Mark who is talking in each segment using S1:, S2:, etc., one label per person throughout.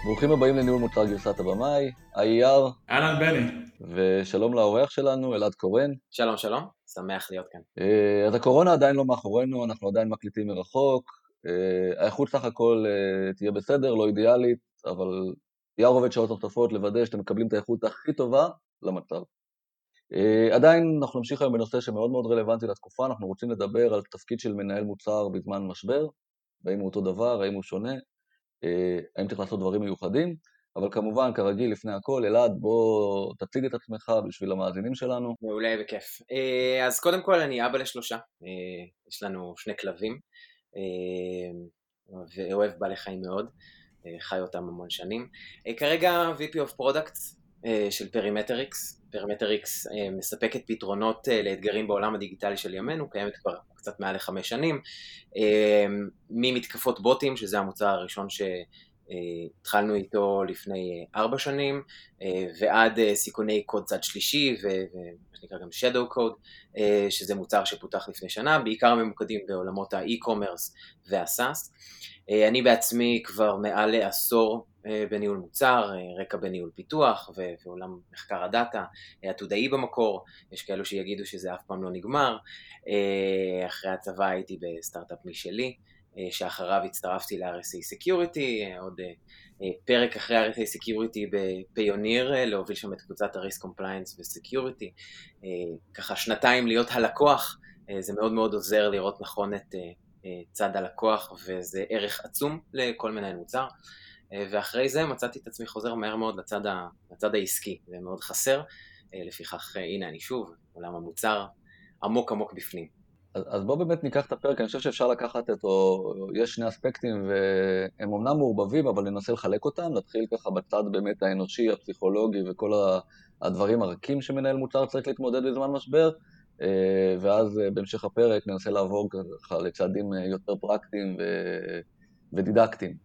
S1: ברוכים הבאים לניהול מוצר גרסת הבמאי, אייר,
S2: אהלן בני.
S1: ושלום לאורח שלנו, אלעד קורן.
S3: שלום, שלום, שמח להיות כאן.
S1: אז הקורונה עדיין לא מאחורינו, אנחנו עדיין מקליטים מרחוק, האיכות סך הכל תהיה בסדר, לא אידיאלית, אבל אייר עובד שעות נוספות לוודא שאתם מקבלים את האיכות הכי טובה למצב. עדיין אנחנו נמשיך היום בנושא שמאוד מאוד רלוונטי לתקופה, אנחנו רוצים לדבר על תפקיד של מנהל מוצר בזמן משבר, האם הוא אותו דבר, האם הוא שונה, האם צריך לעשות דברים מיוחדים, אבל כמובן, כרגיל, לפני הכל, אלעד, בוא תציג את עצמך בשביל המאזינים שלנו.
S3: מעולה בכיף. אז קודם כל אני אבא לשלושה, יש לנו 2 כלבים, ואוהב בעלי חיים מאוד, חי אותם המון שנים. כרגע VP of Products של פרימטריקס. פרימטריקס מספקת פתרונות לאתגרים בעולם הדיגיטלי של ימינו, קיימת כבר קצת מעל ל5 שנים, ממתקפות בוטים, שזה המוצר הראשון התחלנו איתו לפני 4 שנים, ועד סיכוני קוד צד שלישי, ומה שנקרא גם Shadow Code, שזה מוצר שפותח לפני שנה, בעיקר ממוקדים בעולמות האי-קומרס והסאס. אני בעצמי כבר מעל לעשור בניהול מוצר, רקע בניהול פיתוח ועולם מחקר הדאטה, עתודאי במקור, יש כאלו שיגידו שזה אף פעם לא נגמר. אחרי הצבא הייתי בסטארט-אפ משלי, שאחריו הצטרפתי ל-RSA Security, עוד פרק אחרי RSA Security בפיוניר, להוביל שם את קבוצת ה-Risk Compliance ו-Security, ככה 2 להיות הלקוח, זה מאוד מאוד עוזר לראות נכון את צד הלקוח, וזה ערך עצום לכל מנהל מוצר, ואחרי זה מצאתי את עצמי חוזר מהר מאוד לצד העסקי, זה מאוד חסר, לפיכך הנה אני שוב, עולם המוצר עמוק עמוק בפנים.
S1: אז בוא באמת ניקח את הפרק, אני חושב שאפשר לקחת אותו, יש 2 אספקטים והם אומנם מעורבבים, אבל ננסה לחלק אותם, נתחיל ככה בצד באמת האנושי, הפסיכולוגי וכל הדברים הרכים שמנהל מוצר צריך להתמודד בזמן משבר, ואז בהמשך הפרק ננסה לעבור ככה לצעדים יותר פרקטיים ודידקטיים.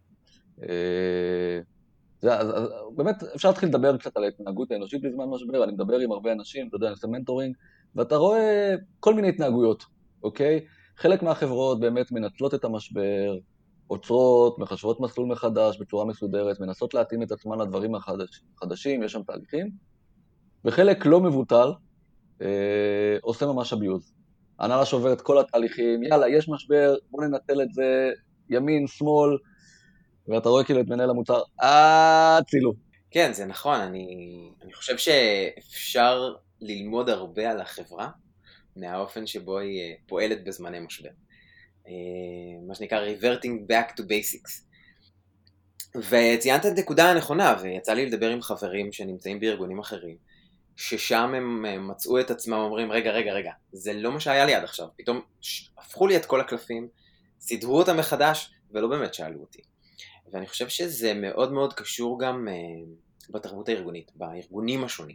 S1: אז באמת אפשר להתחיל לדבר קצת על ההתנהגות האנושית בזמן משבר, אני מדבר עם הרבה אנשים, אתה יודע, אני עושה מנטורינג, ואתה רואה כל מיני התנהגויות, אוקיי? חלק מהחברות באמת מנצלות את המשבר, עוצרות, מחשבות מסלול מחדש בצורה מסודרת, מנסות להתאים את עצמן לדברים החדשים, יש שם תהליכים, וחלק לא מבוטל, עושה ממש אביוז. הנהלה שובר את כל התהליכים, יאללה, יש משבר, בוא ננצל את זה, ימין, שמאל, ואתה רואה כאילו את מנהל המוצר, צילו.
S3: כן, זה נכון, אני חושב שאפשר ללמוד הרבה על החברה מהאופן שבו היא פועלת בזמני משבר. מה שנקרא reverting back to basics. וציינת את נקודה הנכונה, ויצא לי לדבר עם חברים שנמצאים בארגונים אחרים, ששם הם מצאו את עצמם אומרים, רגע, זה לא מה שהיה לי עד עכשיו, פתאום הפכו לי את כל הקלפים, סידרו אותם מחדש, ולא באמת שאלו אותי. ואני חושב שזה מאוד מאוד קשור גם בתרבות הארגונית, בארגונים השונים.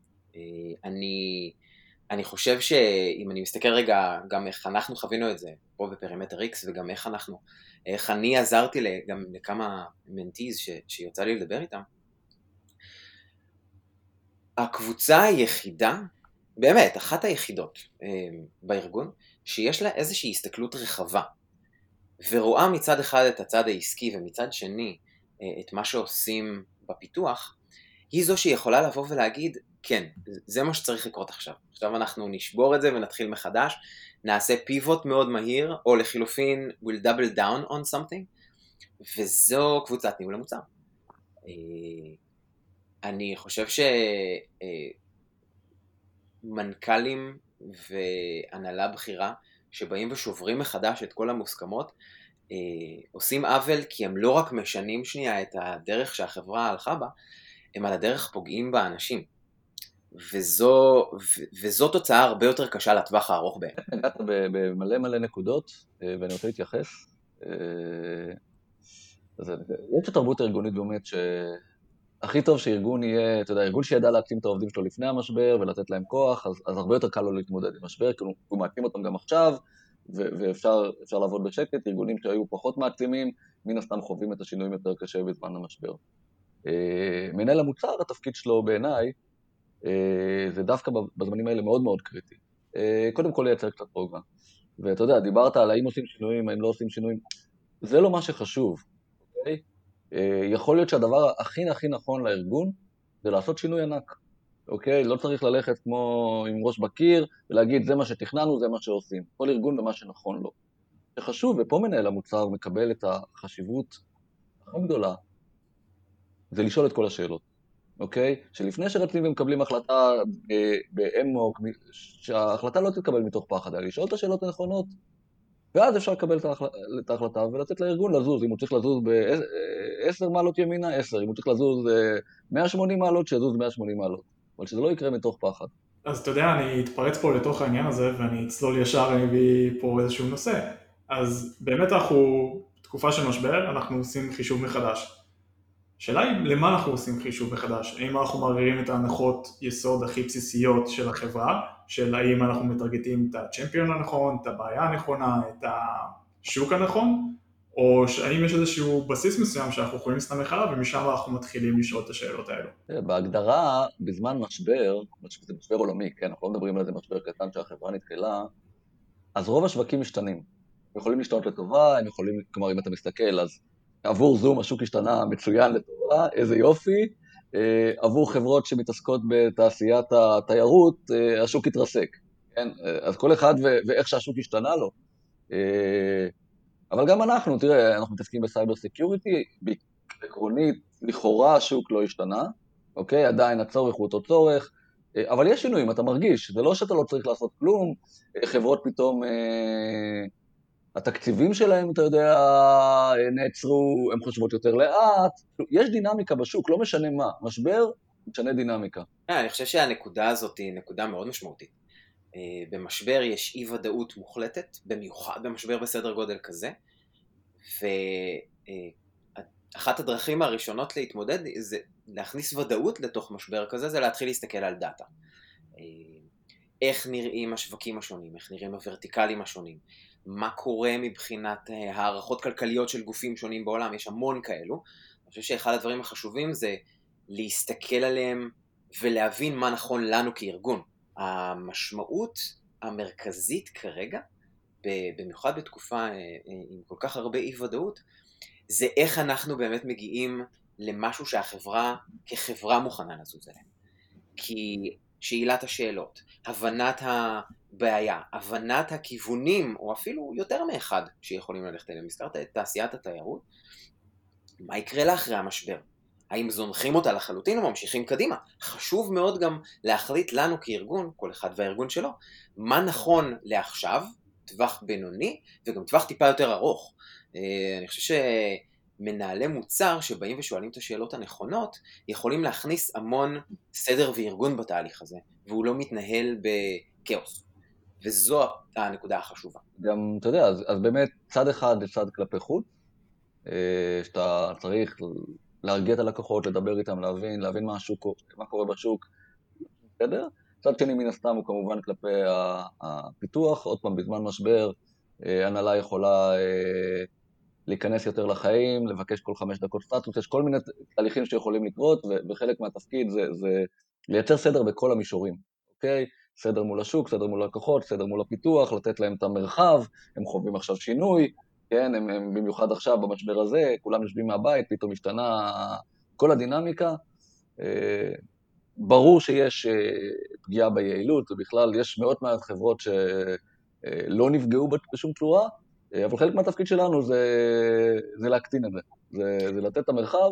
S3: אני חושב שאם אני מסתכל רגע גם איך אנחנו חווינו את זה פה בפרימטר X, וגם איך אני עזרתי גם לכמה מנטיז שיוצא לי לדבר איתם, הקבוצה היחידה, באמת, אחת היחידות בארגון, שיש לה איזושהי הסתכלות רחבה, ורואה מצד אחד את הצד העסקי ומצד שני את מה שעושים בפיתוח, היא זו שיכולה לבוא ולהגיד, כן, זה מה שצריך לקרות עכשיו. עכשיו אנחנו נשבור את זה ונתחיל מחדש, נעשה פיבוט מאוד מהיר, או לחילופין, we'll double down on something, וזו קבוצת ניהול המוצר. אני חושב שמנכ"לים והנהלה בכירה, שבאים ושוברים מחדש את כל המוסכמות, עושים עוול כי הם לא רק משנים שנייה את הדרך שהחברה הלכה בה, הם על הדרך פוגעים באנשים. וזו תוצאה הרבה יותר קשה לטווח הארוך בהם.
S1: נגעת במלא נקודות, ואני רוצה להתייחס. יש את התרבות הארגונית באמת שהכי טוב שארגון יהיה, אתה יודע, ארגון שידע להקים את העובדים שלו לפני המשבר ולתת להם כוח, אז הרבה יותר קל לו להתמודד עם משבר, כי הוא מעצים אותם גם עכשיו, ואפשר לעבוד בשקט. ארגונים שהיו פחות מעצימים, מן הסתם חווים את השינויים יותר קשה בזמן המשבר. מנהל המוצר, התפקיד שלו בעיניי, זה דווקא בזמנים האלה מאוד מאוד קריטי. קודם כל לייצר קצת רוגע. ואתה יודע, דיברת על האם עושים שינויים, האם לא עושים שינויים, זה לא מה שחשוב, אוקיי? יכול להיות שהדבר הכי נכון לארגון זה לעשות שינוי ענק, אוקיי? לא צריך ללכת כמו עם ראש בקיר ולהגיד זה מה שתכננו, זה מה שעושים. כל ארגון ומה שנכון לו. זה חשוב, ופה מנהל המוצר מקבל את החשיבות הכי גדולה, זה לשאול את כל השאלות, אוקיי? שלפני שרצים ומקבלים החלטה באמוק, שההחלטה לא תתקבל מתוך פחד, אלא לשאול את השאלות הנכונות, ואז אפשר לקבל את ההחלטה ולתת לארגון לזוז. אם הוא צריך לזוז ב-10 מעלות ימינה, 10. אם הוא צריך לזוז 180 מעלות, שיזוז 180 מעלות. אבל שזה לא יקרה מתוך פחד.
S2: אז אתה יודע, אני אתפרץ פה לתוך העניין הזה, ואני אצלול ישר, אני אביא פה איזשהו נושא. אז באמת אנחנו, תקופה של משבר, אנחנו עושים חישוב מחדש. השאלה היא, למה אנחנו עושים חישוב מחדש? האם אנחנו מעבירים את ההנחות יסוד הכי בסיסיות של החברה, של האם אנחנו מטרגטים את הצ'מפיון הנכון, את הבעיה הנכונה, את השוק הנכון, או האם יש איזשהו בסיס מסוים שאנחנו יכולים להסתמך עליו, ומשם אנחנו מתחילים לשאול את השאלות האלו.
S1: בהגדרה, בזמן משבר, זה משבר עולמי, כן, אנחנו לא מדברים על איזה משבר קטן שהחברה נתקלה, אז רוב השווקים משתנים. הם יכולים להשתנות לטובה, הם יכולים, כלומר, אם אתה מסתכל, אז עבור זום השוק השתנה מצוין לטובה, איזה יופי. עבור חברות שמתעסקות בתעשיית התיירות, השוק התרסק. כן? אז כל אחד ואיך שהשוק השתנה לו. אבל גם אנחנו, תראה, אנחנו מתעסקים בסייבר סקיוריטי, בעקרונית, לכאורה השוק לא השתנה, אוקיי? עדיין הצורך הוא אותו צורך, אבל יש שינויים, אתה מרגיש, זה לא שאתה לא צריך לעשות כלום, חברות פתאום, התקציבים שלהם, אתה יודע, נעצרו, הן חושבות יותר לאט, יש דינמיקה בשוק, לא משנה מה, משבר, משנה דינמיקה.
S3: אני חושב שהנקודה הזאת היא נקודה מאוד משמעותית. במשבר יש אי ודאות מוחלטת, במיוחד במשבר בסדר גודל כזה, ואחת הדרכים הראשונות להתמודד זה להכניס ודאות לתוך משבר כזה, זה להתחיל להסתכל על דאטה. איך נראים השווקים השונים, איך נראים הוורטיקלים השונים, מה קורה מבחינת הערכות כלכליות של גופים שונים בעולם, יש המון כאלו. אני חושב שאחד הדברים החשובים זה להסתכל עליהם ולהבין מה נכון לנו כארגון. המשמעות המרכזית כרגע, במיוחד בתקופה עם כל כך הרבה אי ודאות, זה איך אנחנו באמת מגיעים למשהו שהחברה כחברה מוכנה לזוז אליהם. כי שאלת השאלות, הבנת הבעיה, הבנת הכיוונים, או אפילו יותר מאחד שיכולים ללכת אליהם. הזכרת את תעשיית התיירות, מה יקרה לה אחרי המשבר? האם זונחים אותה לחלוטין או ממשיכים קדימה? חשוב מאוד גם להחליט לנו כארגון, כל אחד והארגון שלו, מה נכון לעכשיו, טווח בינוני, וגם טווח טיפה יותר ארוך. אני חושב שמנהלי מוצר שבאים ושואלים את השאלות הנכונות, יכולים להכניס המון סדר וארגון בתהליך הזה, והוא לא מתנהל בקאוס. וזו הנקודה החשובה.
S1: גם, אתה יודע, אז באמת צד אחד זה צד כלפי חוץ, שאתה צריך להרגיע את הלקוחות, לדבר איתם, להבין מה קורה בשוק, בסדר? צד שני מן הסתם הוא כמובן כלפי הפיתוח, עוד פעם בזמן משבר, הנהלה יכולה להיכנס יותר לחיים, לבקש כל 5 דקות סטטוס, יש כל מיני תהליכים שיכולים לקרות, וחלק מהתפקיד זה לייצר סדר בכל המישורים, אוקיי? סדר מול השוק, סדר מול הלקוחות, סדר מול הפיתוח, לתת להם את המרחב, הם חווים עכשיו שינוי, כן, הם במיוחד עכשיו במשבר הזה, כולם יושבים מהבית, פתאום משתנה כל הדינמיקה, ברור שיש פגיעה ביעילות, ובכלל יש מאות מעט חברות שלא נפגעו בשום צורה, אבל חלק מהתפקיד שלנו זה להקטין את זה, זה לתת את המרחב.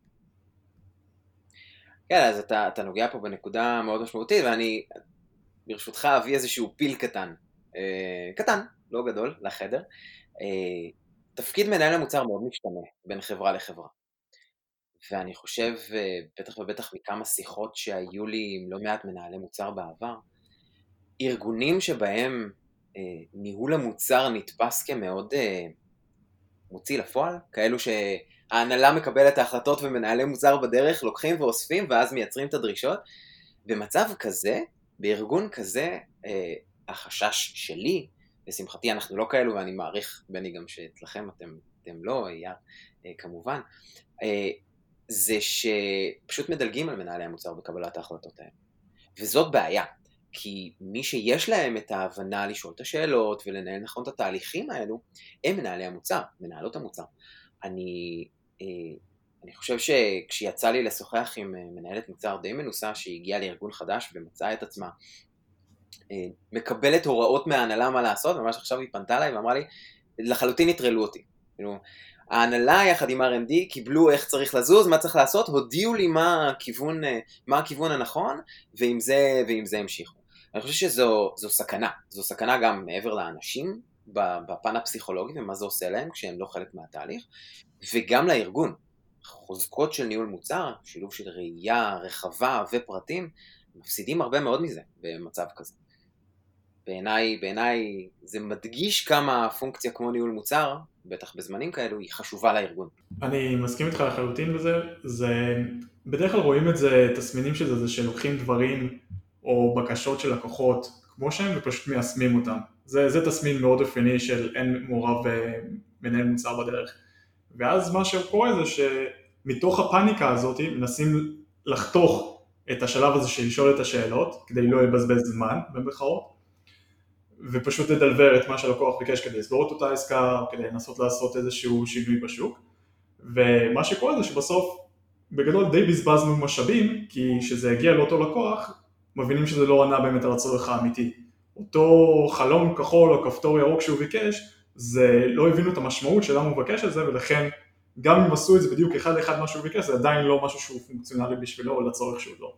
S3: כן, אז אתה נוגע פה בנקודה מאוד משמעותית, ואני ברשותך אביא איזשהו פיל קטן, לא גדול, לחדר. תפקיד מנהל המוצר מאוד משתנה בין חברה לחברה. ואני חושב, בטח ובטח מכמה שיחות שהיו לי עם לא מעט מנהלי מוצר בעבר, ארגונים שבהם ניהול המוצר נתפס כמאוד מוציא לפועל, כאלו שההנהלה מקבלת ההחלטות ומנהלי מוצר בדרך לוקחים ואוספים ואז מייצרים את הדרישות. במצב כזה, בארגון כזה, החשש שלי, לשמחתי אנחנו לא כאלו ואני מעריך בני גם שאצלכם אתם לא, כמובן, זה שפשוט מדלגים על מנהלי המוצר בקבלת ההחלטות האלה. וזאת בעיה, כי מי שיש להם את ההבנה לשאול את השאלות ולנהל נכון את התהליכים האלו, הם מנהלי המוצר, מנהלות המוצר. אני אני חושב שכשיצא לי לשוחח עם מנהלת מוצר די מנוסה שהגיעה לארגון חדש ומצאה את עצמה, מקבלת הוראות מההנהלה מה לעשות, ממש עכשיו היא פנתה אליי ואמרה לי, לחלוטין נטרלו אותי. ההנהלה יחד עם R&D קיבלו איך צריך לזוז, מה צריך לעשות, הודיעו לי מה הכיוון הנכון, ועם זה המשיכו. אני חושב שזו סכנה, זו סכנה גם מעבר לאנשים, בפן הפסיכולוגי ומה זה עושה להם כשהם לא חלק מהתהליך, וגם לארגון. חוזקות של ניהול מוצר, שילוב של ראייה רחבה ופרטים, מפסידים הרבה מאוד מזה במצב כזה. בעיניי זה מדגיש כמה פונקציה כמו ניהול מוצר, בטח בזמנים כאלו, היא חשובה לארגון.
S2: אני מסכים איתך לחלוטין בזה, בדרך כלל רואים את זה, תסמינים של זה שלוקחים דברים או בקשות של לקוחות כמו שהם ופשוט מיישמים אותם. זה תסמין מאוד אופייני של אין מעורב מנהל מוצר בדרך. ואז מה שקורה זה שמתוך הפאניקה הזאת מנסים לחתוך את השלב הזה של לשאול את השאלות כדי לא לבזבז זמן במרכאות, ופשוט לדלבר את מה שהלקוח ביקש כדי לסגור את אותה עסקה, או כדי לנסות לעשות איזשהו שינוי בשוק. ומה שקורה זה שבסוף, בגדול די בזבזנו משאבים, כי כשזה הגיע לאותו לקוח, מבינים שזה לא ענה באמת על הצורך האמיתי. אותו חלום כחול או כפתור ירוק שהוא ביקש, זה לא הבינו את המשמעות של למה הוא ביקש את זה, ולכן גם אם עשו את זה בדיוק אחד לאחד מה שהוא ביקש, זה עדיין לא משהו שהוא פונקציונלי בשבילו או לצורך שהוא לא.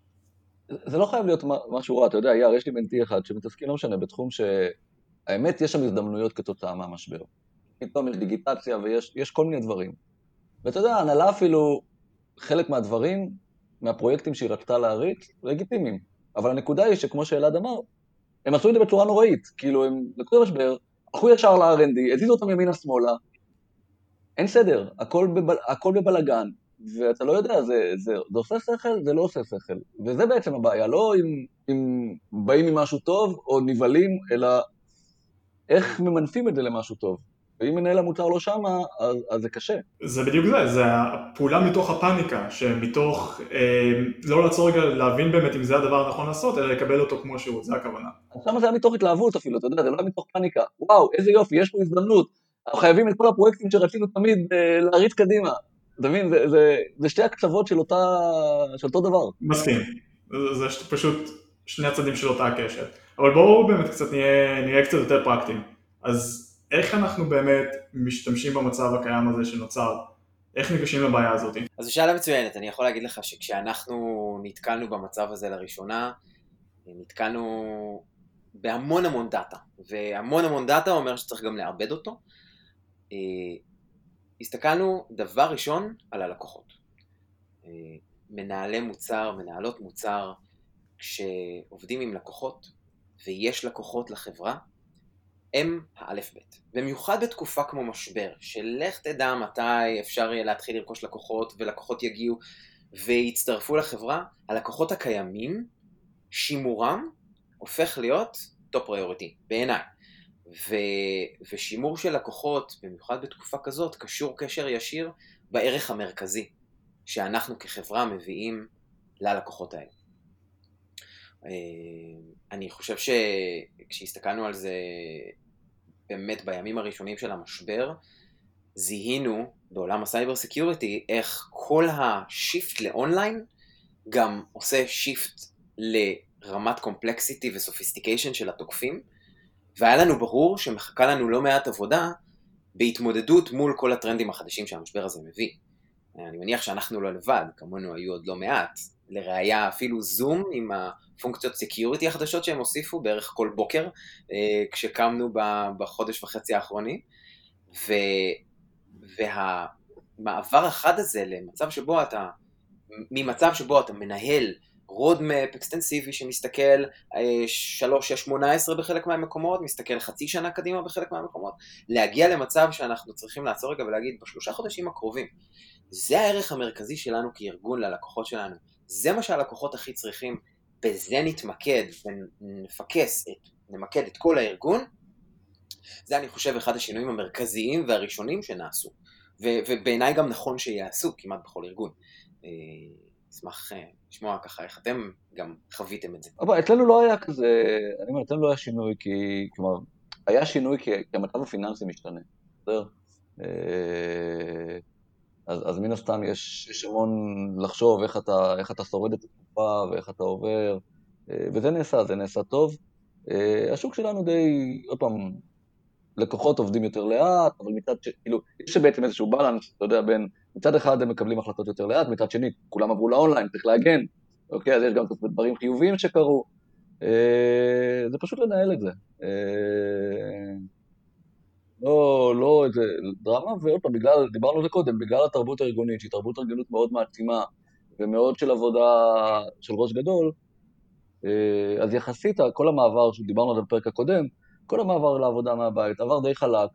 S1: זה לא חייב להיות משהו רע, אתה יודע, יש לי מנטי אחד שמתעסקים, לא משנה, בתחום שהאמת יש שם הזדמנויות כתוצאה מהמשבר. פתאום יש דיגיטציה ויש כל מיני דברים. ואתה יודע, ההנהלה אפילו, חלק מהדברים, מהפרויקטים שהיא רצתה להריץ, לגיטימיים. אבל הנקודה היא שכמו שאלעד אמר, הם עשו את זה בצורה נוראית. כאילו, הם לקחו משבר, הלכו ישר ל-R&D, הזיזו אותם ימינה-שמאלה, אין סדר, הכל בבלגן. ואתה לא יודע, זה עושה שכל, זה לא עושה שכל. וזה בעצם הבעיה, לא אם באים עם משהו טוב או נבלים, אלא איך ממנפים את זה למשהו טוב. ואם מנהל המוצר לא שמה, אז זה קשה.
S2: זה בדיוק זה הפעולה מתוך הפאניקה, שמתוך לא לעצור רגע להבין באמת אם זה הדבר הנכון לעשות, אלא לקבל אותו כמו שהוא, זה הכוונה.
S1: עכשיו זה היה מתוך התלהבות אפילו, אתה יודע, זה לא היה מתוך פאניקה. וואו, איזה יופי, יש פה הזדמנות. אנחנו חייבים את כל הפרויקטים שרצינו תמיד להריץ קדימה. אתה מבין, זה שתי הקצוות של אותו דבר.
S2: מסכים, זה פשוט שני הצדדים של אותה הקשת. אבל בואו באמת קצת נהיה קצת יותר פרקטיים. אז איך אנחנו באמת משתמשים במצב הקיים הזה שנוצר? איך ניגשים לבעיה הזאת?
S3: אז זו שאלה מצוינת, אני יכול להגיד לך שכשאנחנו נתקלנו במצב הזה לראשונה, נתקלנו בהמון דאטה, והמון דאטה אומר שצריך גם לעבד אותו. הסתכלנו דבר ראשון על הלקוחות. מנהלי מוצר, מנהלות מוצר, כשעובדים עם לקוחות, ויש לקוחות לחברה, הם האלף בית. במיוחד בתקופה כמו משבר, שלך תדע מתי אפשר יהיה להתחיל לרכוש לקוחות, ולקוחות יגיעו ויצטרפו לחברה, הלקוחות הקיימים, שימורם, הופך להיות טופ פריוריטי, בעיניי. ושימור של לקוחות, במיוחד בתקופה כזאת, קשור קשר ישיר בערך המרכזי, שאנחנו כחברה מביאים ללקוחות האלה. אני חושב שכשהסתכלנו על זה באמת בימים הראשונים של המשבר, זיהינו בעולם הסייבר סקיוריטי איך כל השיפט לאונליין גם עושה שיפט לרמת קומפלקסיטי וסופיסטיקיישן של התוקפים, והיה לנו ברור שמחכה לנו לא מעט עבודה בהתמודדות מול כל הטרנדים החדשים שהמשבר הזה מביא. אני מניח שאנחנו לא לבד, כמונו היו עוד לא מעט. לראיה אפילו זום עם הפונקציות סקיוריטי החדשות שהם הוסיפו בערך כל בוקר, כשקמנו בחודש וחצי האחרונים, והמעבר החד הזה למצב שבו ממצב שבו אתה מנהל רודמפ אקסטנסיבי שמסתכל 3-6-18 בחלק מהמקומות, מסתכל חצי שנה קדימה בחלק מהמקומות, להגיע למצב שאנחנו צריכים לעצור רגע ולהגיד בשלושה חודשים הקרובים, זה הערך המרכזי שלנו כארגון ללקוחות שלנו, זה מה שהלקוחות הכי צריכים, בזה נתמקד ונמקד את כל הארגון, זה אני חושב אחד השינויים המרכזיים והראשונים שנעשו, ובעיניי גם נכון שיעשו כמעט בכל ארגון. אשמח לשמוע ככה איך אתם גם חוויתם את זה.
S1: אבל אצלנו לא היה כזה, אני אומר, אצלנו לא היה שינוי, כלומר, היה שינוי כי המצב הפיננסי משתנה, בסדר? אז מן הסתם יש המון לחשוב איך אתה שורד את התקופה ואיך אתה עובר, וזה נעשה טוב. השוק שלנו די, עוד פעם, לקוחות עובדים יותר לאט, אבל כאילו, יש בעצם איזשהו בלנס, אתה יודע, בין, מצד אחד הם מקבלים החלטות יותר לאט, מצד שני, כולם עברו לאונליין, צריך להגן, אוקיי, אז יש גם דברים חיוביים שקרו, זה פשוט לנהל את זה. לא איזה דרמה, ועוד פעם, דיברנו על זה קודם, בגלל התרבות הארגונית, שהיא תרבות ארגונית מאוד מעצימה, ומאוד של עבודה של ראש גדול, אז יחסית, כל המעבר שדיברנו עליו בפרק הקודם, כל המעבר לעבודה מהבית, עבר די חלק,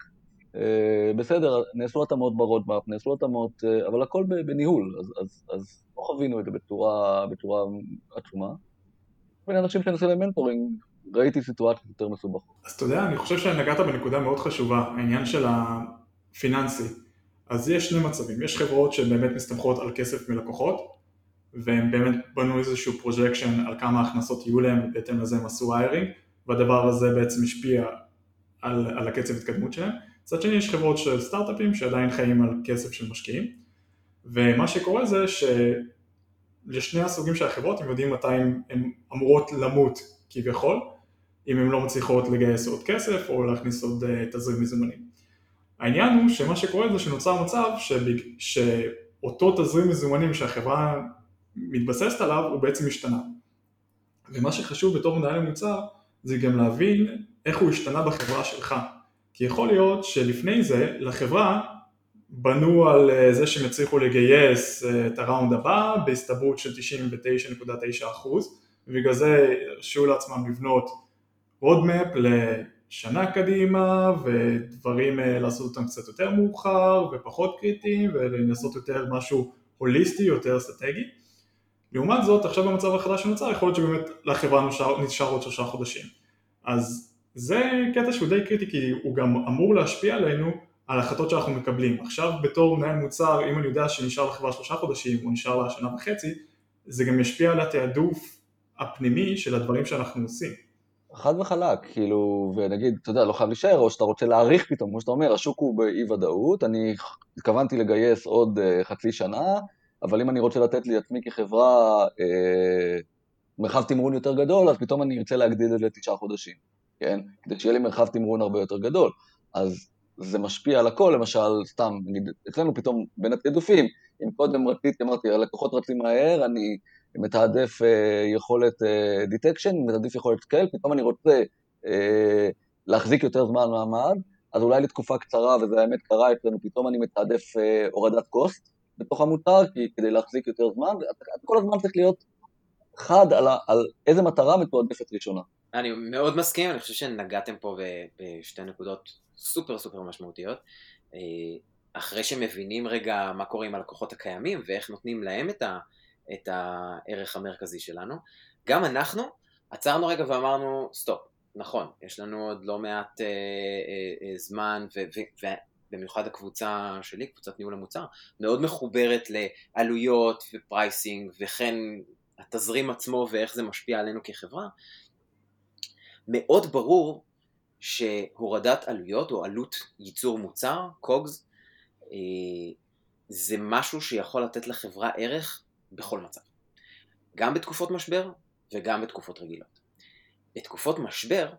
S1: בסדר, נעשו התאמות ברודמאפ, נעשו התאמות, אבל הכל בניהול, אז לא חווינו את זה בצורה עצומה. ואנשים שנעשו להם מנטורינג, ראיתי סיטואציות יותר מסובכות.
S2: אז אתה יודע, אני חושב שנגעת בנקודה מאוד חשובה, העניין של הפיננסי. אז יש שני מצבים, יש חברות שבאמת מסתמכות על כסף מלקוחות, והם באמת בנו איזשהו פרוג'קשן על כמה הכנסות יהיו להם, בהתאם לזה הם עשו היירינג, והדבר הזה בעצם השפיע על הקצב התקדמות שלהם. מצד שני יש חברות של סטארט-אפים שעדיין חיים על כסף של משקיעים, ומה שקורה זה שלשני הסוגים של החברות הם יודעים מתי הן אמורות למות כביכול, אם הן לא מצליחות לגייס עוד כסף או להכניס עוד תזרים מזומנים. העניין הוא שמה שקורה זה שנוצר מצב שאותו תזרים מזומנים שהחברה מתבססת עליו הוא בעצם השתנה. ומה שחשוב בתור מנהל המוצר זה גם להבין איך הוא השתנה בחברה שלך. כי יכול להיות שלפני זה לחברה בנו על זה שהם הצליחו לגייס את הראונד הבא בהסתברות של 99.9%, ובגלל זה הרשו לעצמם לבנות רודמפ לשנה קדימה, ודברים לעשות אותם קצת יותר מאוחר ופחות קריטיים, ולנסות יותר משהו הוליסטי, יותר אסטרטגי. לעומת זאת, עכשיו במצב החדש שנוצר, יכול להיות שבאמת לחברה נשאר עוד 3 חודשים. אז זה קטע שהוא די קריטי, כי הוא גם אמור להשפיע עלינו על ההחלטות שאנחנו מקבלים. עכשיו בתור מנהל מוצר, אם אני יודע שנשאר לחברה 3 חודשים, או נשאר לה 1.5 שנה, זה גם ישפיע על התעדוף הפנימי של הדברים שאנחנו עושים.
S1: חד וחלק, כאילו, ונגיד, אתה יודע, לא חייב להישאר, או שאתה רוצה להאריך פתאום, כמו שאתה אומר, השוק הוא באי ודאות, אני התכוונתי לגייס עוד חצי שנה, אבל אם אני רוצה לתת לי עצמי כחברה מרחב תמרון יותר גדול, אז פתאום אני ארצה להגדיל את זה 9 חודשים, כן? כדי שיהיה לי מרחב תמרון הרבה יותר גדול. אז זה משפיע על הכל, למשל, סתם, נגיד, אצלנו פתאום בין התעדופים, אם קודם רציתי, אמרתי, הלקוחות רצים מהר, אני מתעדף יכולת דיטקשן, מתעדף יכולת סקייל, פתאום אני רוצה להחזיק יותר זמן מעמד, אז אולי לתקופה קצרה, וזה האמת קרה אצלנו, פתאום אני מתעדף הורדת קוסט בתוך המוצר, כדי להחזיק יותר זמן, כל הזמן צריך להיות חד על איזה מטרה מתועדפת ראשונה.
S3: אני מאוד מסכים, אני חושב שנגעתם פה בשתי נקודות סופר סופר משמעותיות. אחרי שמבינים רגע מה קורה עם הלקוחות הקיימים, ואיך נותנים להם את הערך המרכזי שלנו, גם אנחנו עצרנו רגע ואמרנו, סטופ, נכון, יש לנו עוד לא מעט זמן, ובמיוחד הקבוצה שלי, קבוצת ניהול המוצר, מאוד מחוברת לעלויות ופרייסינג, וכן התזרים עצמו ואיך זה משפיע עלינו כחברה. מאוד ברור שהורדת עלויות או עלות ייצור מוצר, קוגס, זה משהו שיכול לתת לחברה ערך בכל מצב. גם בתקופות משבר וגם בתקופות רגילות. בתקופות משבר,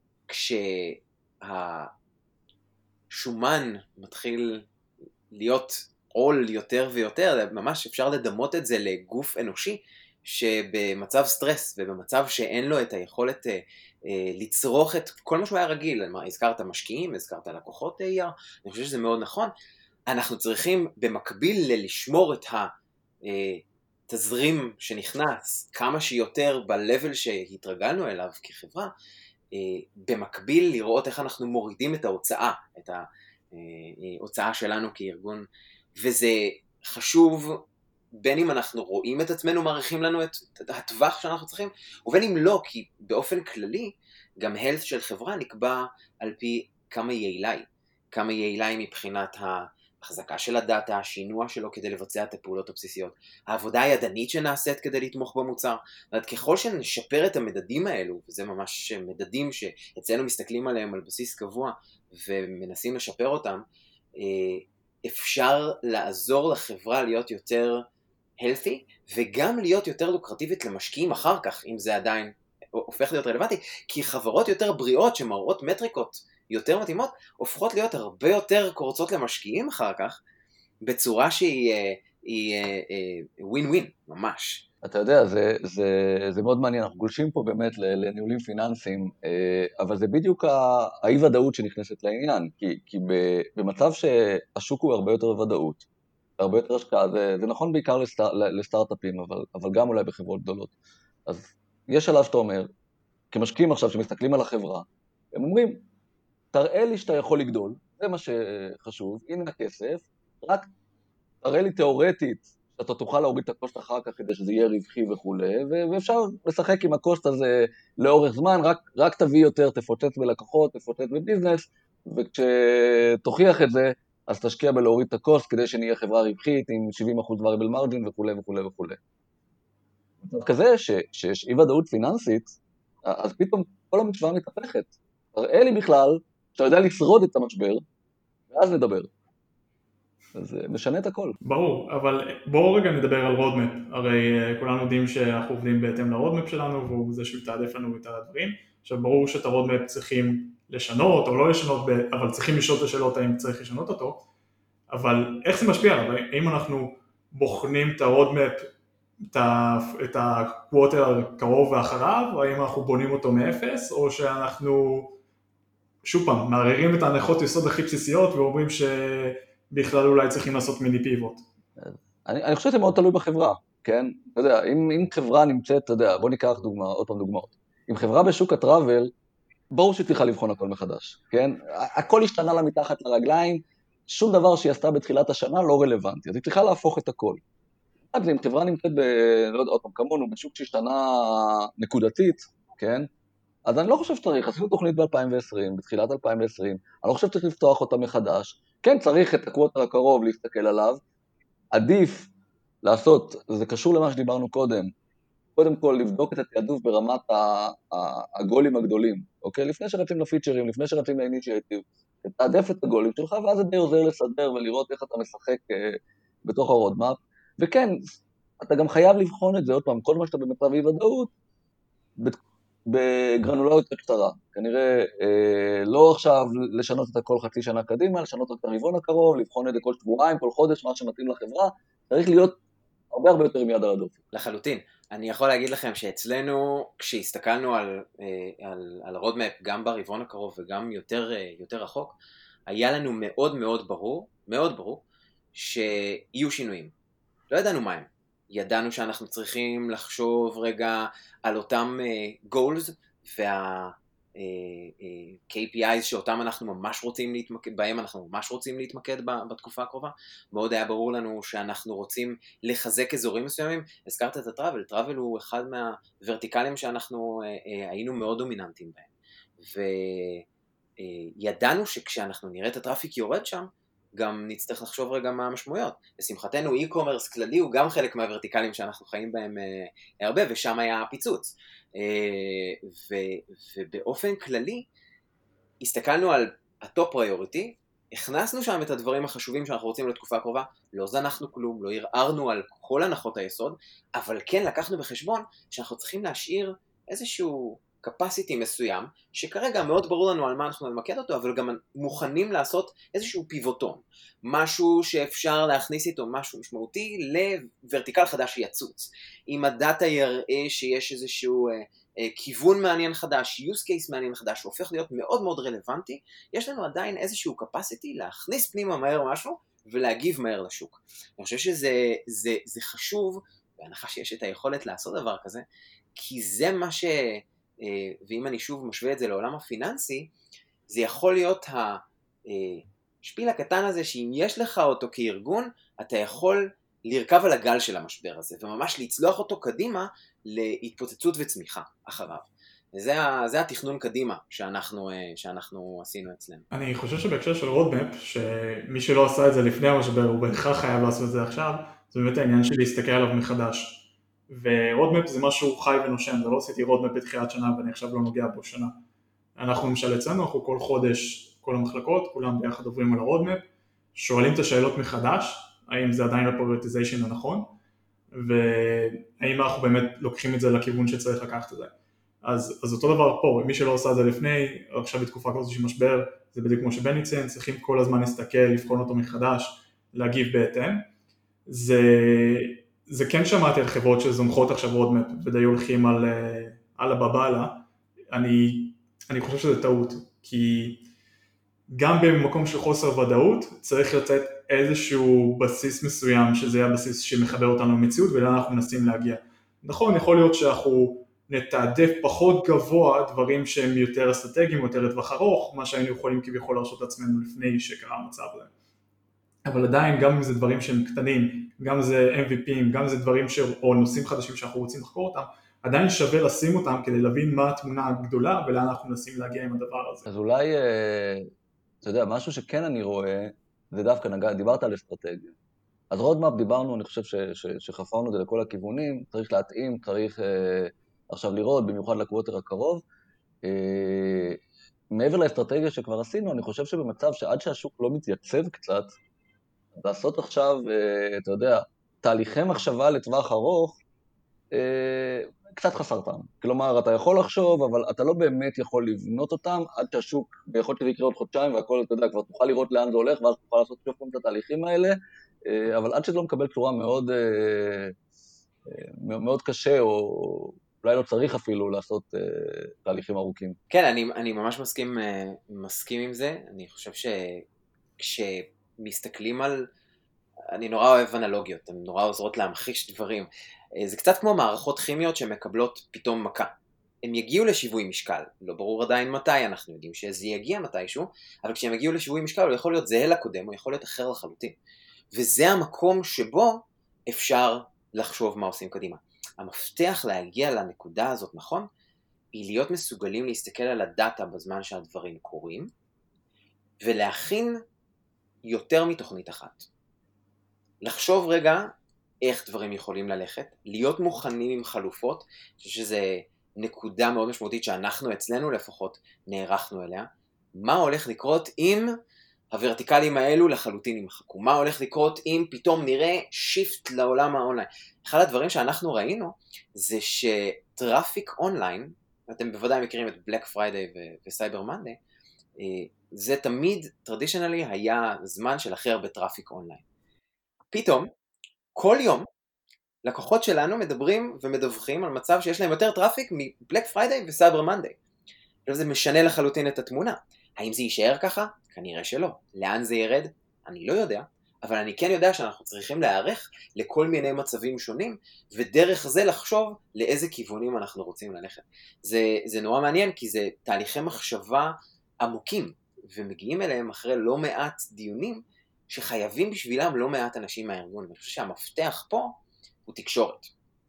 S3: כשהשומן מתחיל להיות עול יותר ויותר, ממש אפשר לדמות את זה לגוף אנושי, שבמצב סטרס ובמצב שאין לו את היכולת לצרוך את כל מה שהוא היה רגיל, הזכרת משקיעים, הזכרת לקוחות AR, אני חושב שזה מאוד נכון, אנחנו צריכים במקביל לשמור את התזרים שנכנס כמה שיותר בלבל שהתרגלנו אליו כחברה, במקביל לראות איך אנחנו מורידים את ההוצאה, את ההוצאה שלנו כארגון, וזה חשוב בין אם אנחנו רואים את עצמנו, מעריכים לנו את הטווח שאנחנו צריכים, ובין אם לא, כי באופן כללי, גם health של חברה נקבע על פי כמה יעילה היא. כמה יעילה היא מבחינת ההחזקה של הדאטה, השינוע שלו כדי לבצע את הפעולות הבסיסיות, העבודה הידנית שנעשית כדי לתמוך במוצר. ככל שנשפר את המדדים האלו, וזה ממש מדדים שאצלנו מסתכלים עליהם על בסיס קבוע, ומנסים לשפר אותם, אפשר לעזור לחברה להיות יותר healthy, וגם להיות יותר לוקרטיבית למשקיעים אחר כך, אם זה עדיין הופך להיות רלוונטי, כי חברות יותר בריאות שמראות מטריקות יותר מתאימות, הופכות להיות הרבה יותר קורצות למשקיעים אחר כך, בצורה שהיא ווין ווין, ממש.
S1: אתה יודע, זה מאוד מעניין, אנחנו גולשים פה באמת לניהולים פיננסיים, אבל זה בדיוק האי-ודאות שנכנסת לעניין, כי במצב שהשוק הוא הרבה יותר ודאות, הרבה יותר השקעה, זה נכון בעיקר לסטארט-אפים, אבל גם אולי בחברות גדולות. אז יש שלב שאתה אומר, כמשקיעים עכשיו שמסתכלים על החברה, הם אומרים, תראה לי שאתה יכול לגדול, זה מה שחשוב, הנה הכסף, רק תראה לי תיאורטית, שאתה תוכל להוריד את הקושט אחר כך כדי שזה יהיה רווחי וכו', ואפשר לשחק עם הקושט הזה לאורך זמן, רק תביא יותר, תפוצץ בלקוחות, תפוצץ בביזנס, וכשתוכיח את זה, אז תשקיע בלהוריד את הקושט כדי שנהיה חברה רווחית עם 70% variable margin וכו' וכו' וכו'. במצב כזה שיש אי ודאות פיננסית, אז פתאום כל המשוואה מתהפכת. תראה לי בכלל שאתה יודע לשרוד את המשבר, ואז נדבר. אז משנה את הכל.
S2: ברור, אבל בואו רגע נדבר על רודמפ, הרי כולנו יודעים שאנחנו עובדים בהתאם לרודמפ שלנו, והוא זה שמתעדף לנו את הדברים. עכשיו ברור שאת הרודמפ צריכים לשנות או לא לשנות, אבל צריכים לשאול את השאלות האם צריך לשנות אותו, אבל איך זה משפיע עליו? האם אנחנו בוחנים את הרודמפ, את הקווטר הקרוב ואחריו, או האם אנחנו בונים אותו מאפס, או שאנחנו שוב פעם מערערים את ההנחות יסוד הכי בסיסיות ואומרים בכלל אולי צריכים לעשות מיני פיבוט.
S1: אני חושב שזה מאוד תלוי בחברה, כן? אתה יודע, אם חברה נמצאת, אתה יודע, בוא ניקח דוגמה, עוד פעם דוגמאות. אם חברה בשוק הטראבל, ברור שצריכה לבחון הכל מחדש, כן? הכל השתנה לה מתחת לרגליים, שום דבר שהיא עשתה בתחילת השנה לא רלוונטי, אז היא צריכה להפוך את הכל. אז אם חברה נמצאת לא יודע, עוד פעם, כמונו, בשוק שהשתנה נקודתית, כן? אז אני לא חושב שצריך, עשינו תוכנית ב-2020, בתחילת 2020, אני לא חושב שצריך לפתוח אותה מחדש, כן צריך את הקווטר הקרוב להסתכל עליו, עדיף לעשות, זה קשור למה שדיברנו קודם כל לבדוק את התעדוף ברמת הגולים הגדולים, אוקיי? לפני שרצים לפיצ'רים, לפני שרצים לאינישייטיב, תעדף את הגולים שלך, ואז זה די עוזר לסדר ולראות איך אתה משחק בתוך הרודמאפ, וכן, אתה גם חייב לבחון את זה, עוד פעם, כל מה שאתה במצב אי ודאות, בגרנולריות קצרה, כנראה לא עכשיו לשנות את הכל חצי שנה קדימה, לשנות את הרבעון הקרוב, לבחון את זה כל שבועיים, כל חודש, מה שמתאים לחברה, צריך להיות הרבה יותר עם יד על הדופק.
S3: לחלוטין. אני יכול להגיד לכם שאצלנו, כשהסתכלנו על רודמפ, גם ברבעון הקרוב וגם יותר רחוק, היה לנו מאוד מאוד ברור, שיהיו שינויים. לא ידענו מה הם. ידענו שאנחנו צריכים לחשוב רגע על אותם goals וה-KPIs שאותם אנחנו ממש רוצים להתמקד, בהם אנחנו ממש רוצים להתמקד בתקופה הקרובה. מאוד היה ברור לנו שאנחנו רוצים לחזק אזורים מסוימים. הזכרת את הטראבל, טראבל הוא אחד מהוורטיקלים שאנחנו היינו מאוד דומיננטיים בהם. וידענו שכשאנחנו נראה את הטראפיק יורד שם, גם נצטרך לחשוב רגע מה המשמעויות. לשמחתנו, e-commerce כללי הוא גם חלק מהוורטיקלים שאנחנו חיים בהם הרבה, ושם היה פיצוץ. ובאופן כללי, הסתכלנו על הטופ פריוריטי, הכנסנו שם את הדברים החשובים שאנחנו רוצים לתקופה הקרובה, לא זנחנו כלום, לא ערערנו על כל הנחות היסוד, אבל כן לקחנו בחשבון שאנחנו צריכים להשאיר איזשהו capacity מסוים, שכרגע מאוד ברור לנו על מה אנחנו נמקד אותו, אבל גם מוכנים לעשות איזשהו פיבוטון, משהו שאפשר להכניס איתו משהו משמעותי לוורטיקל חדש שיצוץ. אם הדאטה יראה שיש איזשהו כיוון מעניין חדש, use case מעניין חדש, שהופך להיות מאוד מאוד רלוונטי, יש לנו עדיין איזשהו capacity להכניס פנימה מהר משהו, ולהגיב מהר לשוק. אני חושב שזה חשוב, בהנחה שיש את היכולת לעשות דבר כזה, כי זה מה ואם אני שוב משווה את זה לעולם הפיננסי, זה יכול להיות השפיל הקטן הזה, שאם יש לך אותו כארגון, אתה יכול לרכב על הגל של המשבר הזה, וממש לצלוח אותו קדימה להתפוצצות וצמיחה אחריו. וזה התכנון קדימה שאנחנו עשינו אצלנו.
S2: אני חושב שבהקשר של רודמפ, שמי שלא עשה את זה לפני המשבר, הוא בהכרח חייב לעשות את זה עכשיו, זה באמת העניין של להסתכל עליו מחדש. ורודמפ זה משהו חי ונושם, זה לא עשיתי רודמפ בתחילת שנה ואני עכשיו לא נוגע בו שנה. אנחנו למשל אצלנו, אנחנו כל חודש, כל המחלקות, כולם ביחד עוברים על הרודמפ, שואלים את השאלות מחדש, האם זה עדיין הפריוריטיזיישן הנכון, והאם אנחנו באמת לוקחים את זה לכיוון שצריך לקחת את זה. אז אותו דבר פה, מי שלא עושה את זה לפני, עכשיו בתקופה כזאת של משבר, זה בדיוק כמו שבני ציין, צריכים כל הזמן להסתכל, לבחון אותו מחדש, להגיב בהתאם. זה כן שמעתי על חברות שזומחות עכשיו רודמפ ודי הולכים על הבבלה, אני חושב שזה טעות, כי גם במקום של חוסר ודאות צריך לתת איזשהו בסיס מסוים שזה יהיה הבסיס שמחבר אותנו למציאות ולאן אנחנו מנסים להגיע. נכון, יכול להיות שאנחנו נתעדף פחות גבוה דברים שהם יותר אסטרטגיים, יותר לטווח ארוך, מה שהיינו יכולים כביכול להרשות לעצמנו לפני שקרה המצב הזה. אבל עדיין גם אם זה דברים שהם קטנים, גם אם זה MVPים, גם אם זה דברים או נושאים חדשים שאנחנו רוצים לחקור אותם, עדיין שווה לשים אותם כדי להבין מה התמונה הגדולה ולאן אנחנו מנסים להגיע עם הדבר הזה.
S1: אז אולי, אתה יודע, משהו שכן אני רואה, זה דווקא דיברת על אסטרטגיה. אז רודמאפ דיברנו, אני חושב שחפרנו את זה לכל הכיוונים, צריך להתאים, צריך עכשיו לראות, במיוחד לקווטר הקרוב. מעבר לאסטרטגיה שכבר עשינו, אני חושב שבמצב שעד שהשוק לא מתייצב קצת, לעשות עכשיו, אתה יודע, תהליכי מחשבה לטווח ארוך, קצת חסר טעם. כלומר, אתה יכול לחשוב, אבל אתה לא באמת יכול לבנות אותם עד שהשוק, ויכול להיות שזה יקרה עוד חודשיים, והכל, אתה יודע, כבר תוכל לראות לאן זה הולך, ואז תוכל לעשות שוב את התהליכים האלה, אבל עד שזה לא מקבל צורה מאוד, מאוד קשה, או אולי לא צריך אפילו לעשות תהליכים ארוכים.
S3: כן, אני ממש מסכים עם זה. אני חושב שכשמסתכלים על, אני נורא אוהב אנלוגיות, הן נורא עוזרות להמחיש דברים. זה קצת כמו מערכות כימיות שמקבלות פתאום מכה. הם יגיעו לשיווי משקל, לא ברור עדיין מתי, אנחנו יודעים שזה יגיע מתישהו, אבל כשהם יגיעו לשיווי משקל הוא יכול להיות זהה לקודם, הוא יכול להיות אחר לחלוטין. וזה המקום שבו אפשר לחשוב מה עושים קדימה. המפתח להגיע לנקודה הזאת, נכון? היא להיות מסוגלים להסתכל על הדאטה בזמן שהדברים קורים, ולהכין יותר מתוכנית אחת. לחשוב רגע איך דברים יכולים ללכת, להיות מוכנים עם חלופות, אני חושב שזו נקודה מאוד משמעותית שאנחנו אצלנו לפחות נערכנו אליה, מה הולך לקרות אם הוורטיקלים האלו לחלוטין ימחקו, מה הולך לקרות אם פתאום נראה שיפט לעולם האונליין. אחד הדברים שאנחנו ראינו זה שטראפיק אונליין, אתם בוודאי מכירים את בלק פריידיי וסייבר מנדיי, זה תמיד, טרדישנלי, היה זמן של הכי הרבה טראפיק אונליין. פתאום, כל יום, לקוחות שלנו מדברים ומדווחים על מצב שיש להם יותר טראפיק מבלק פריידיי וסייבר מנדיי. זה משנה לחלוטין את התמונה. האם זה יישאר ככה? כנראה שלא. לאן זה ירד? אני לא יודע. אבל אני כן יודע שאנחנו צריכים להיערך לכל מיני מצבים שונים, ודרך זה לחשוב לאיזה כיוונים אנחנו רוצים ללכת. זה נורא מעניין, כי זה תהליכי מחשבה עמוקים, ומגיעים אליהם אחרי לא מעט דיונים, שחייבים בשבילם לא מעט אנשים מהארגון. ואני חושב שהמפתח פה הוא תקשורת.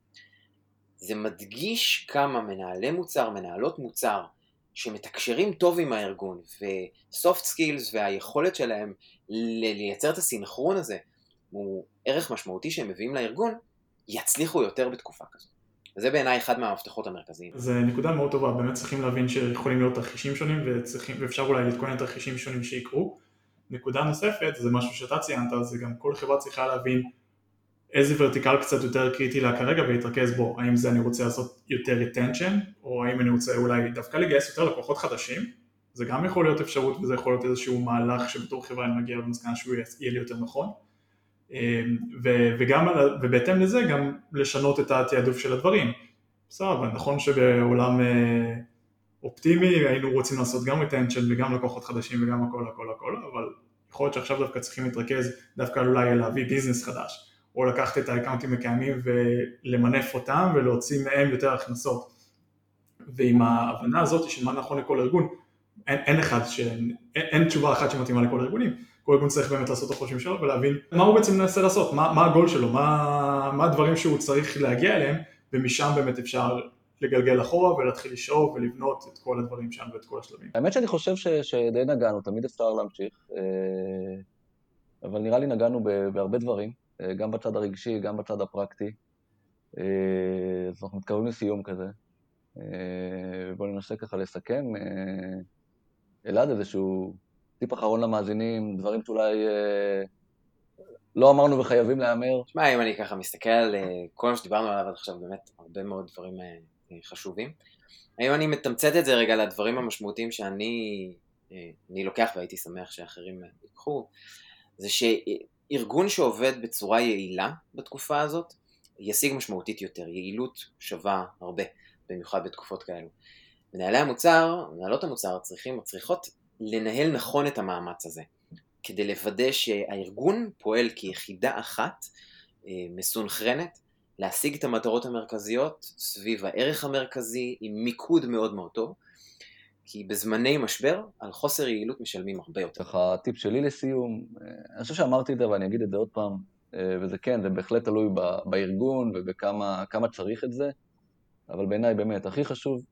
S3: זה מדגיש כמה מנהלי מוצר, מנהלות מוצר, שמתקשרים טוב עם הארגון, ו-soft skills והיכולת שלהם לייצר את הסינכרון הזה, הוא ערך משמעותי שהם מביאים לארגון, יצליחו יותר בתקופה כזו. וזה בעיניי אחד מהמפתחות המרכזיים.
S2: זה נקודה מאוד טובה, באמת צריכים להבין שיכולים להיות תרחישים שונים, ואפשר אולי להתכונן תרחישים שונים שיקרו. נקודה נוספת, זה משהו שאתה ציינת, זה גם כל חברה צריכה להבין איזה ורטיקל קצת יותר קריטי לה כרגע ולהתרכז בו, האם זה אני רוצה לעשות יותר retention, או האם אני רוצה אולי דווקא לגייס יותר לקוחות חדשים, זה גם יכול להיות אפשרות וזה יכול להיות איזשהו מהלך שבתור חברה אני מגיע למסקנה שהוא יהיה לי יותר נכון, ובהתאם לזה גם לשנות את התעדוף של הדברים. בסדר, נכון שבעולם אופטימי היינו רוצים לעשות גם retention וגם לקוחות חדשים וגם הכל, אבל יכול להיות שעכשיו דווקא צריכים להתרכז דווקא אולי להביא ביזנס חדש. או לקחת את האקאונטים הקיימים ולמנף אותם ולהוציא מהם יותר הכנסות. ועם ההבנה הזאת של מה נכון לכל ארגון, אין תשובה אחת שמתאימה לכל ארגונים. כל ארגון צריך באמת לעשות את החושבים שלו ולהבין מה הוא בעצם מנסה לעשות, מה הגול שלו, מה הדברים שהוא צריך להגיע אליהם, ומשם באמת אפשר לגלגל אחורה ולהתחיל לשאוב ולבנות את כל הדברים שם ואת כל השלבים.
S1: האמת שאני חושב שדי נגענו, תמיד אפשר להמשיך, אבל נראה לי נגענו בהרבה דברים. גם בצד הרגשי, גם בצד הפרקטי. אז אנחנו מתקרבים לסיום כזה. בואו ננסה ככה לסכם. אלעד, איזשהו טיפ אחרון למאזינים, דברים שאולי לא אמרנו וחייבים להיאמר.
S3: תשמע, אם אני ככה מסתכל על כל מה שדיברנו עליו עד עכשיו, באמת הרבה מאוד דברים חשובים. היום אני מתמצת את זה רגע לדברים המשמעותיים שאני לוקח והייתי שמח שאחרים ייקחו, זה שארגון שעובד בצורה יעילה בתקופה הזאת, ישיג משמעותית יותר, יעילות שווה הרבה, במיוחד בתקופות כאלו. מנהלות המוצר צריכות לנהל נכון את המאמץ הזה, כדי לוודא שהארגון פועל כיחידה אחת, מסונכרנת, להשיג את המטרות המרכזיות סביב הערך המרכזי עם מיקוד מאוד מאוד טוב, כי בזמני משבר על חוסר יעילות משלמים הרבה יותר.
S1: ככה, טיפ שלי לסיום, אני חושב שאמרתי את זה ואני אגיד את זה עוד פעם, וזה כן, זה בהחלט תלוי בארגון ובכמה צריך את זה, אבל בעיניי באמת, הכי חשוב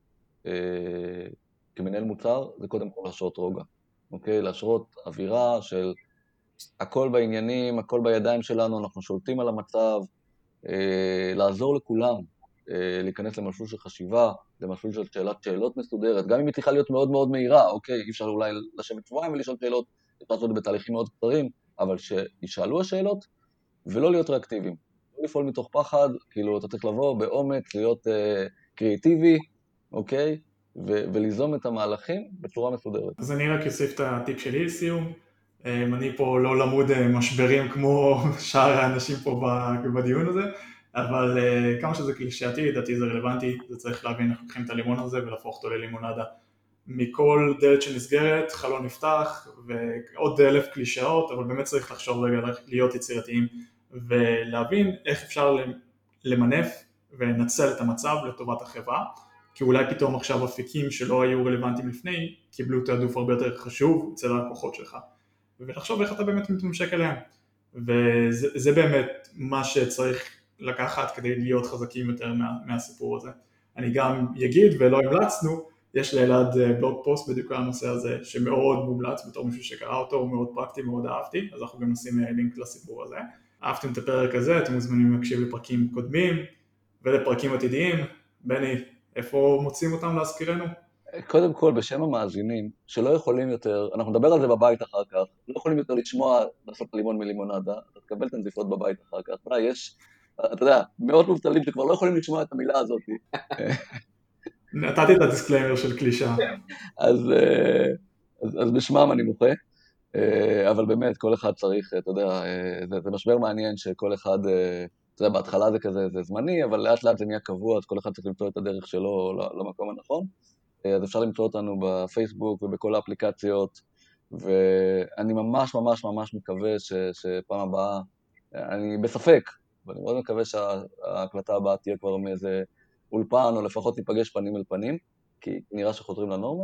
S1: כמנהל מוצר זה קודם כל להשרות רוגע, אוקיי? להשרות אווירה של הכל בעניינים, הכל בידיים שלנו, אנחנו שולטים על המצב, לעזור לכולם, להיכנס למסלול של חשיבה, למסלול של שאלות מסודרת, גם אם היא צריכה להיות מאוד מאוד מהירה, אוקיי, אי אפשר אולי לשבת שבועיים ולשאול שאלות, אפשר לעשות בתהליכים מאוד קצרים, אבל שישאלו השאלות, ולא להיות ריאקטיביים, לא לפעול מתוך פחד, כאילו אתה צריך לבוא באומץ, להיות קריאטיבי, אוקיי, וליזום את המהלכים בצורה מסודרת.
S2: אז אני רק אוסיף את הטיפ שלי לסיום, אני פה לא למוד משברים כמו שאר האנשים פה בדיון הזה, אבל כמה שזה קלישאתי, לדעתי זה רלוונטי, זה צריך להבין, אנחנו לוקחים את הלימון הזה ולהפוך אותו ללימונדה. מכל דלת שנסגרת, חלון נפתח, ועוד 1,000 קלישאות, אבל באמת צריך לחשוב רגע להיות יצירתיים, ולהבין איך אפשר למנף ולנצל את המצב לטובת החברה, כי אולי פתאום עכשיו אפיקים שלא היו רלוונטיים לפני, קיבלו תעדוף הרבה יותר חשוב אצל הלקוחות שלך, ולחשוב איך אתה באמת מתממשק אליהם, וזה באמת מה שצריך לקחת כדי להיות חזקים יותר מהסיפור הזה. אני גם אגיד ולא המלצנו, יש לאלעד בלוג פוסט בדיוק על הנושא הזה שמאוד מומלץ בתור מישהו שקרא אותו, הוא מאוד פרקטי, מאוד אהבתי, אז אנחנו גם נשים לינק לסיפור הזה. אהבתם את הפרק הזה, אתם מוזמנים להקשיב לפרקים קודמים ולפרקים עתידיים. בני, איפה מוצאים אותם להזכירנו?
S1: קודם כל, בשם המאזינים, שלא יכולים יותר, אנחנו נדבר על זה בבית אחר כך, לא יכולים יותר לשמוע לעשות לימון מלימונדה, אתה תקבל את הנזיפות בבית אחר כך, יש, אתה יודע, מאות מובטלים שכבר לא יכולים לשמוע את המילה הזאת.
S2: נתתי את הדיסקליימר של קלישה.
S1: אז בשמם אני מוחה, אבל באמת, כל אחד צריך, אתה יודע, זה משבר מעניין שכל אחד, אתה יודע, בהתחלה זה כזה, זה זמני, אבל לאט לאט זה נהיה קבוע, אז כל אחד צריך למצוא את הדרך שלו למקום הנכון. אז אפשר למצוא אותנו בפייסבוק ובכל האפליקציות, ואני ממש ממש ממש מקווה שפעם הבאה, אני בספק, ואני מאוד מקווה שההקלטה הבאה תהיה כבר מאיזה אולפן, או לפחות ניפגש פנים אל פנים, כי נראה שחוזרים לנורמה,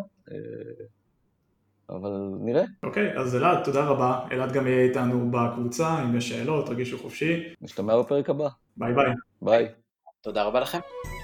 S1: אבל נראה.
S2: אוקיי, אז אלעד, תודה רבה. אלעד גם יהיה איתנו בקבוצה, אם יש שאלות, תרגישו חופשי.
S1: נשתמע בפרק הבא.
S2: ביי ביי.
S1: ביי.
S3: תודה רבה לכם.